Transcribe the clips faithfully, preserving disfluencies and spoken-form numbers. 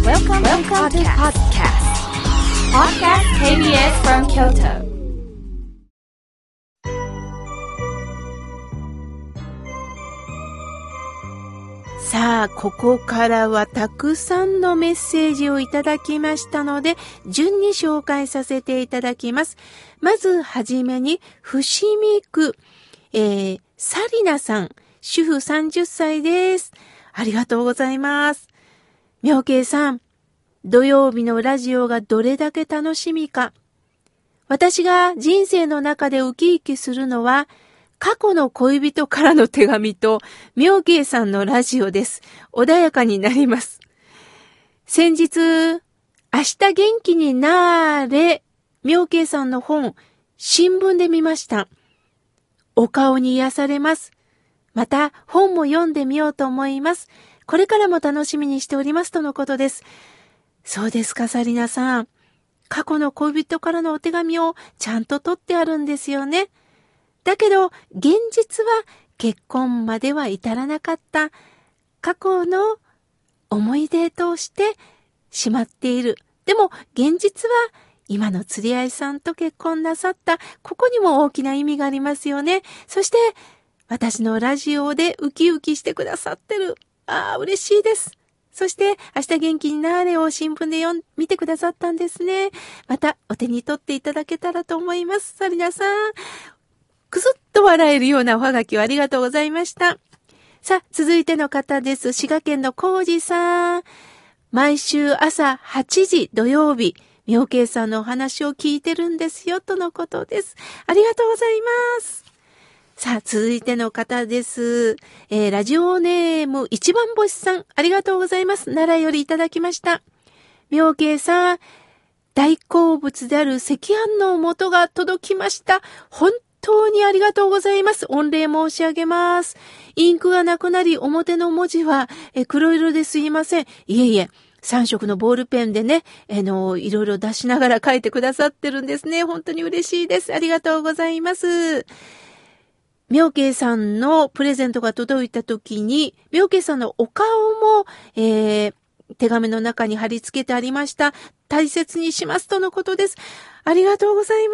Welcome, Welcome to podcast. Podcast ケービーエス from Kyoto. さあ、ここからはたくさんのメッセージをいただきましたので、順に紹介させていただきます。まずはじめに、伏見区、えー、サリナさん、主婦さんじゅっさいです。ありがとうございます。妙慶さん、土曜日のラジオがどれだけ楽しみか。私が人生の中でウキウキするのは、過去の恋人からの手紙と妙慶さんのラジオです。穏やかになります。先日、明日元気になーれ、妙慶さんの本、新聞で見ました。お顔に癒されます。また本も読んでみようと思います。これからも楽しみにしておりますとのことです。そうですか、サリナさん。過去の恋人からのお手紙をちゃんと取ってあるんですよね。だけど、現実は結婚までは至らなかった過去の思い出としてしまっている。でも、現実は今の釣り合いさんと結婚なさった、ここにも大きな意味がありますよね。そして、私のラジオでウキウキしてくださってる。ああ、嬉しいです。そして、明日元気になれを新聞で読ん、見てくださったんですね。また、お手に取っていただけたらと思います。サリナさん。くすっと笑えるようなおはがきをありがとうございました。さあ、続いての方です。滋賀県のコウジさん。毎週朝はちじ土曜日、妙慶さんのお話を聞いてるんですよ、とのことです。ありがとうございます。さあ、続いての方です。えー、ラジオネーム一番星さん、ありがとうございます。奈良よりいただきました。妙慶さん、大好物である赤飯の素が届きました。本当にありがとうございます。御礼申し上げます。インクがなくなり、表の文字はえ黒色ですいません。いえいえ。さん色のボールペンでね、あの、いろいろ出しながら書いてくださってるんですね。本当に嬉しいです。ありがとうございます。妙慶さんのプレゼントが届いたときに、妙慶さんのお顔も、えー、手紙の中に貼り付けてありました。大切にしますとのことです。ありがとうございます。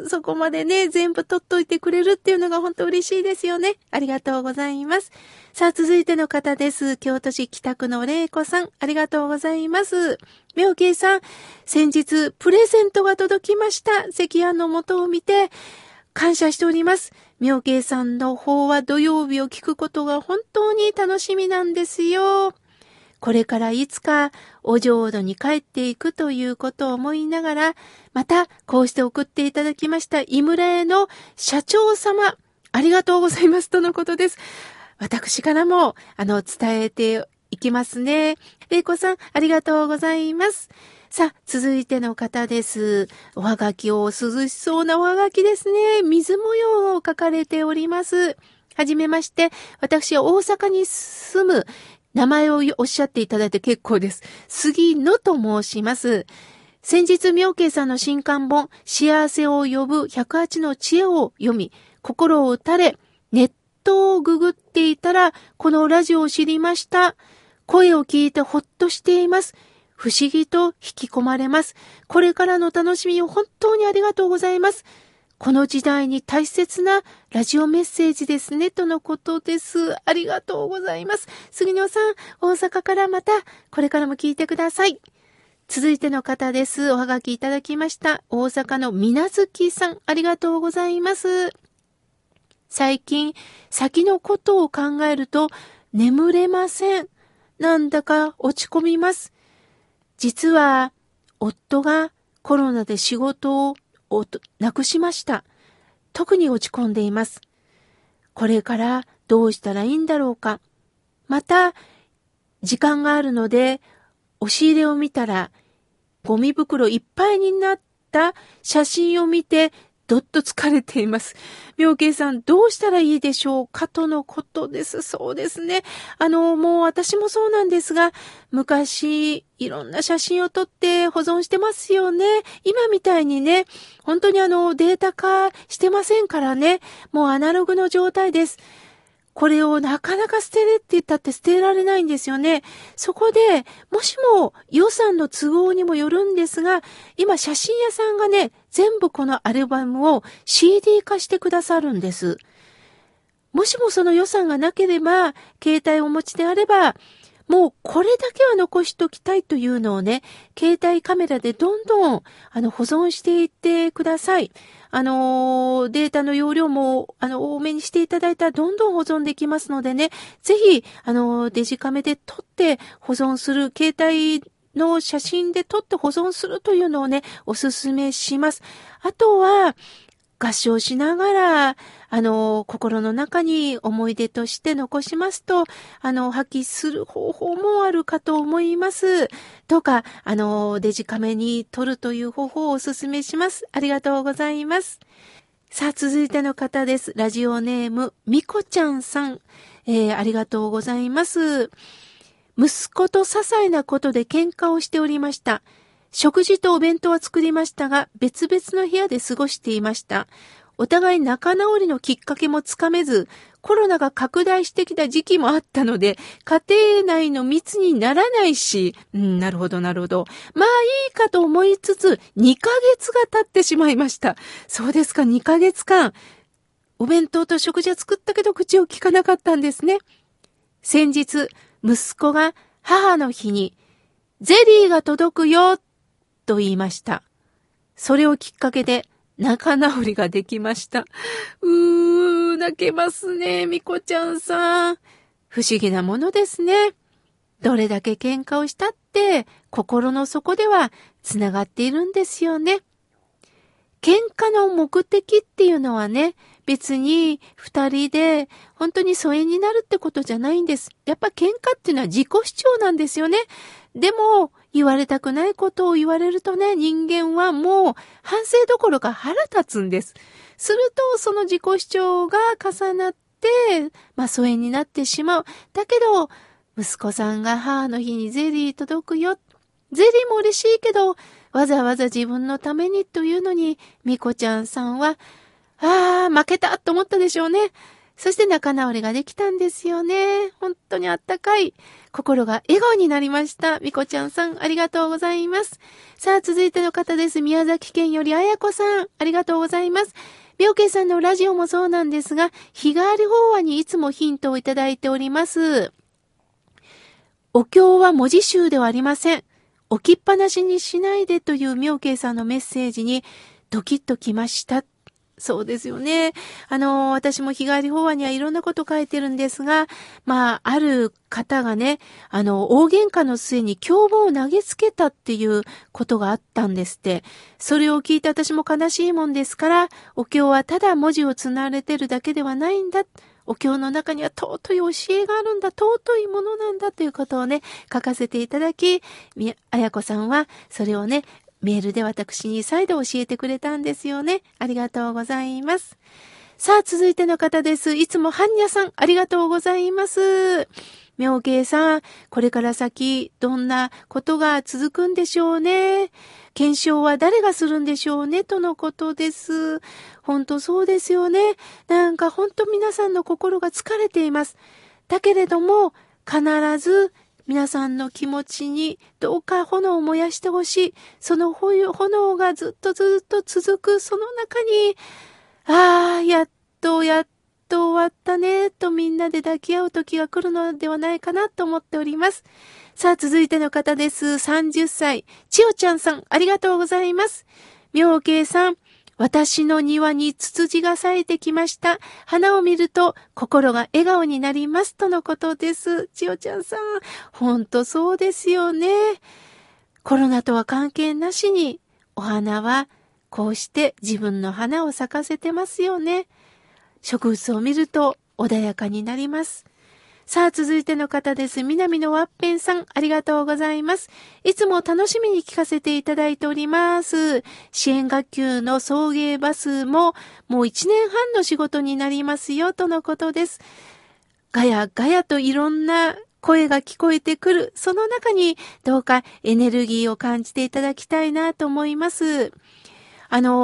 そこまでね、全部取っといてくれるっていうのが本当嬉しいですよね。ありがとうございます。さあ、続いての方です。京都市北区の玲子さん、ありがとうございます。妙慶さん、先日プレゼントが届きました。赤飯の素を見て感謝しております。妙慶さんの方は土曜日を聞くことが本当に楽しみなんですよ。これからいつかお浄土に帰っていくということを思いながら、またこうして送っていただきました井村屋の社長様、ありがとうございますとのことです。私からもあの伝えていきますね。玲子さん、ありがとうございます。さあ、続いての方です。おはがきを涼しそうなおはがきですね。水模様を書かれております。はじめまして、私は大阪に住む、名前をおっしゃっていただいて結構です。杉野と申します。先日、妙慶さんの新刊本、幸せを呼ぶひゃくはちの知恵を読み、心を打たれ、ネットをググっていたら、このラジオを知りました。声を聞いてほっとしています。不思議と引き込まれます。これからの楽しみを本当にありがとうございます。この時代に大切なラジオメッセージですね、とのことです。ありがとうございます。杉野さん、大阪からまた、これからも聞いてください。続いての方です。おはがきいただきました。大阪のみなずきさん、ありがとうございます。最近、先のことを考えると眠れません。なんだか落ち込みます。実は、夫がコロナで仕事をなくしました。特に落ち込んでいます。これからどうしたらいいんだろうか。また、時間があるので、押し入れを見たら、ゴミ袋いっぱいになった写真を見て、どっと疲れています。妙慶さん、どうしたらいいでしょうかとのことです。そうですね。あの、もう私もそうなんですが、昔、いろんな写真を撮って保存してますよね。今みたいにね、本当にあの、データ化してませんからね。もうアナログの状態です。 これをなかなか捨てれって言ったって捨てられないんですよね。そこで、もしも予算の都合にもよるんですが、今写真屋さんがね、全部このアルバムを シーディー 化してくださるんです。もしもその予算がなければ、携帯をお持ちであれば、もうこれだけは残しときたいというのをね、携帯カメラでどんどんあの保存していってください。あのー、データの容量もあの多めにしていただいたらどんどん保存できますのでね、ぜひあのデジカメで撮って保存する、携帯の写真で撮って保存するというのをね、おすすめします。あとは、合唱しながら、あの、心の中に思い出として残しますと、あの、破棄する方法もあるかと思います。どうか、あの、デジカメに撮るという方法をお勧めします。ありがとうございます。さあ、続いての方です。ラジオネーム、みこちゃんさん。えー、ありがとうございます。息子と些細なことで喧嘩をしておりました。食事とお弁当は作りましたが、別々の部屋で過ごしていました。お互い仲直りのきっかけもつかめず、コロナが拡大してきた時期もあったので、家庭内の密にならないし、うん、なるほどなるほど。まあいいかと思いつつ、にかげつが経ってしまいました。そうですか、にかげつかん。お弁当と食事は作ったけど口を聞かなかったんですね。先日、息子が母の日に、ゼリーが届くよ、と言いました。それをきっかけで仲直りができました。うー、泣けますね、みこちゃんさん。不思議なものですね。どれだけ喧嘩をしたって、心の底ではつながっているんですよね。喧嘩の目的っていうのはね、別に二人で本当に疎遠になるってことじゃないんです。やっぱ喧嘩っていうのは自己主張なんですよね。でも、言われたくないことを言われるとね、人間はもう反省どころか腹立つんです。すると、その自己主張が重なって、まあ疎遠になってしまう。だけど、息子さんが母の日にゼリー届くよ。ゼリーも嬉しいけど、わざわざ自分のためにというのに、みこちゃんさんは、ああ、負けたと思ったでしょうね。そして仲直りができたんですよね。本当にあったかい。心が笑顔になりました。みこちゃんさん、ありがとうございます。さあ、続いての方です。宮崎県よりあやこさん、ありがとうございます。妙慶さんのラジオもそうなんですが、日替わり法話にいつもヒントをいただいております。お経は文字集ではありません。置きっぱなしにしないでという妙慶さんのメッセージにドキッときました。そうですよね。あの、私も日帰り法話にはいろんなこと書いてるんですが、まあ、ある方がね、あの、大喧嘩の末に凶暴を投げつけたっていうことがあったんですって。それを聞いて私も悲しいもんですから、お経はただ文字をつなれてるだけではないんだ。お経の中には尊い教えがあるんだ、尊いものなんだということをね、書かせていただき、あやこさんはそれをね、メールで私に再度教えてくれたんですよね。ありがとうございます。さあ、続いての方です。いつもハンニャさん、ありがとうございます。妙慶さん、これから先、どんなことが続くんでしょうね。検証は誰がするんでしょうね、とのことです。本当そうですよね。なんか本当皆さんの心が疲れています。だけれども、必ず、皆さんの気持ちにどうか炎を燃やしてほしい。その炎がずっとずっと続くその中に、ああ、やっとやっと終わったね、とみんなで抱き合う時が来るのではないかなと思っております。さあ、続いての方です。さんじゅっさい。千代ちゃんさん、ありがとうございます。妙慶さん、私の庭にツツジが咲いてきました。花を見ると心が笑顔になりますとのことです。千代ちゃんさん、ほんとそうですよね。コロナとは関係なしにお花はこうして自分の花を咲かせてますよね。植物を見ると穏やかになります。さあ、続いての方です。南のワッペンさん、ありがとうございます。いつも楽しみに聞かせていただいております。支援学級の送迎バスももういちねんはんの仕事になりますよ、とのことです。ガヤガヤといろんな声が聞こえてくる。その中にどうかエネルギーを感じていただきたいなと思います。あの、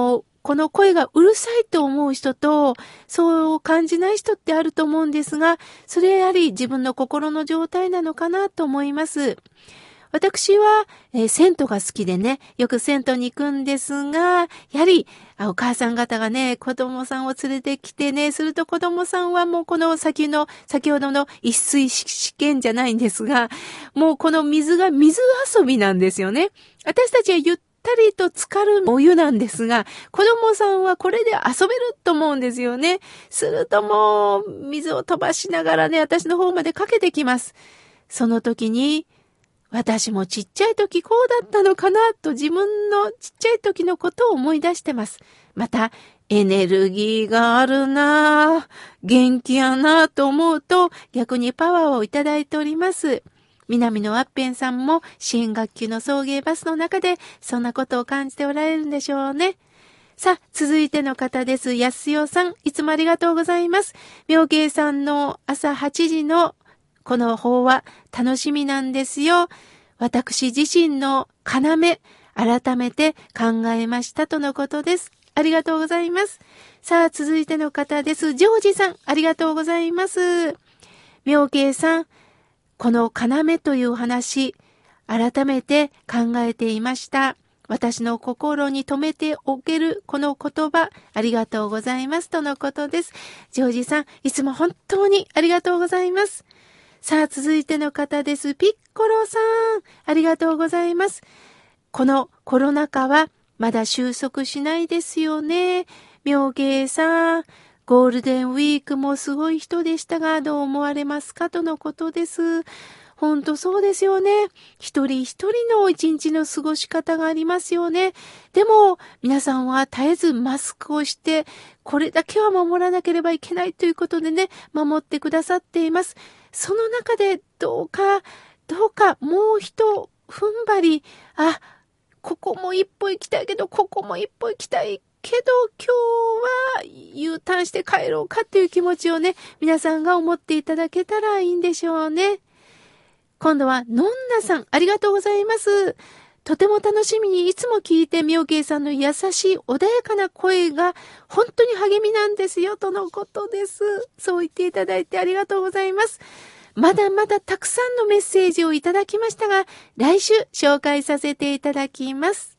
この声がうるさいと思う人と、そう感じない人ってあると思うんですが、それやはり自分の心の状態なのかなと思います。私は、えー、銭湯が好きでね、よく銭湯に行くんですが、やはり、お母さん方がね、子供さんを連れてきてね、すると子供さんはもうこの先の、先ほどの一水試験じゃないんですが、もうこの水が水遊びなんですよね。私たちはゆったりと浸かるお湯なんですが、子供さんはこれで遊べると思うんですよね。するともう、水を飛ばしながらね、私の方までかけてきます。その時に、私もちっちゃい時こうだったのかなと自分のちっちゃい時のことを思い出してます。また、エネルギーがあるなぁ、元気やなぁと思うと逆にパワーをいただいております。南のワッペンさんも支援学級の送迎バスの中でそんなことを感じておられるんでしょうね。さあ、続いての方です。安代さん、いつもありがとうございます。妙慶さんの朝はちじのこの法話、楽しみなんですよ。私自身の要、改めて考えましたとのことです。ありがとうございます。さあ、続いての方です。ジョージさん、ありがとうございます。妙慶さん、この要という話、改めて考えていました。私の心に留めておけるこの言葉、ありがとうございますとのことです。ジョージさん、いつも本当にありがとうございます。さあ、続いての方です。ピッコロさん、ありがとうございます。このコロナ禍はまだ収束しないですよね。妙慶さん、ゴールデンウィークもすごい人でしたが、どう思われますかとのことです。ほんとそうですよね。一人一人の一日の過ごし方がありますよね。でも、皆さんは絶えずマスクをして、これだけは守らなければいけないということでね、守ってくださっています。その中でどうか、どうかもう一踏ん張り、あ、ここも一歩行きたいけど、ここも一歩行きたいけど、今日は U ターンして帰ろうかという気持ちをね、皆さんが思っていただけたらいいんでしょうね。今度はのんなさん、ありがとうございます。とても楽しみにいつも聞いて、妙慶さんの優しい穏やかな声が本当に励みなんですよとのことです。そう言っていただいてありがとうございます。まだまだたくさんのメッセージをいただきましたが、来週紹介させていただきます。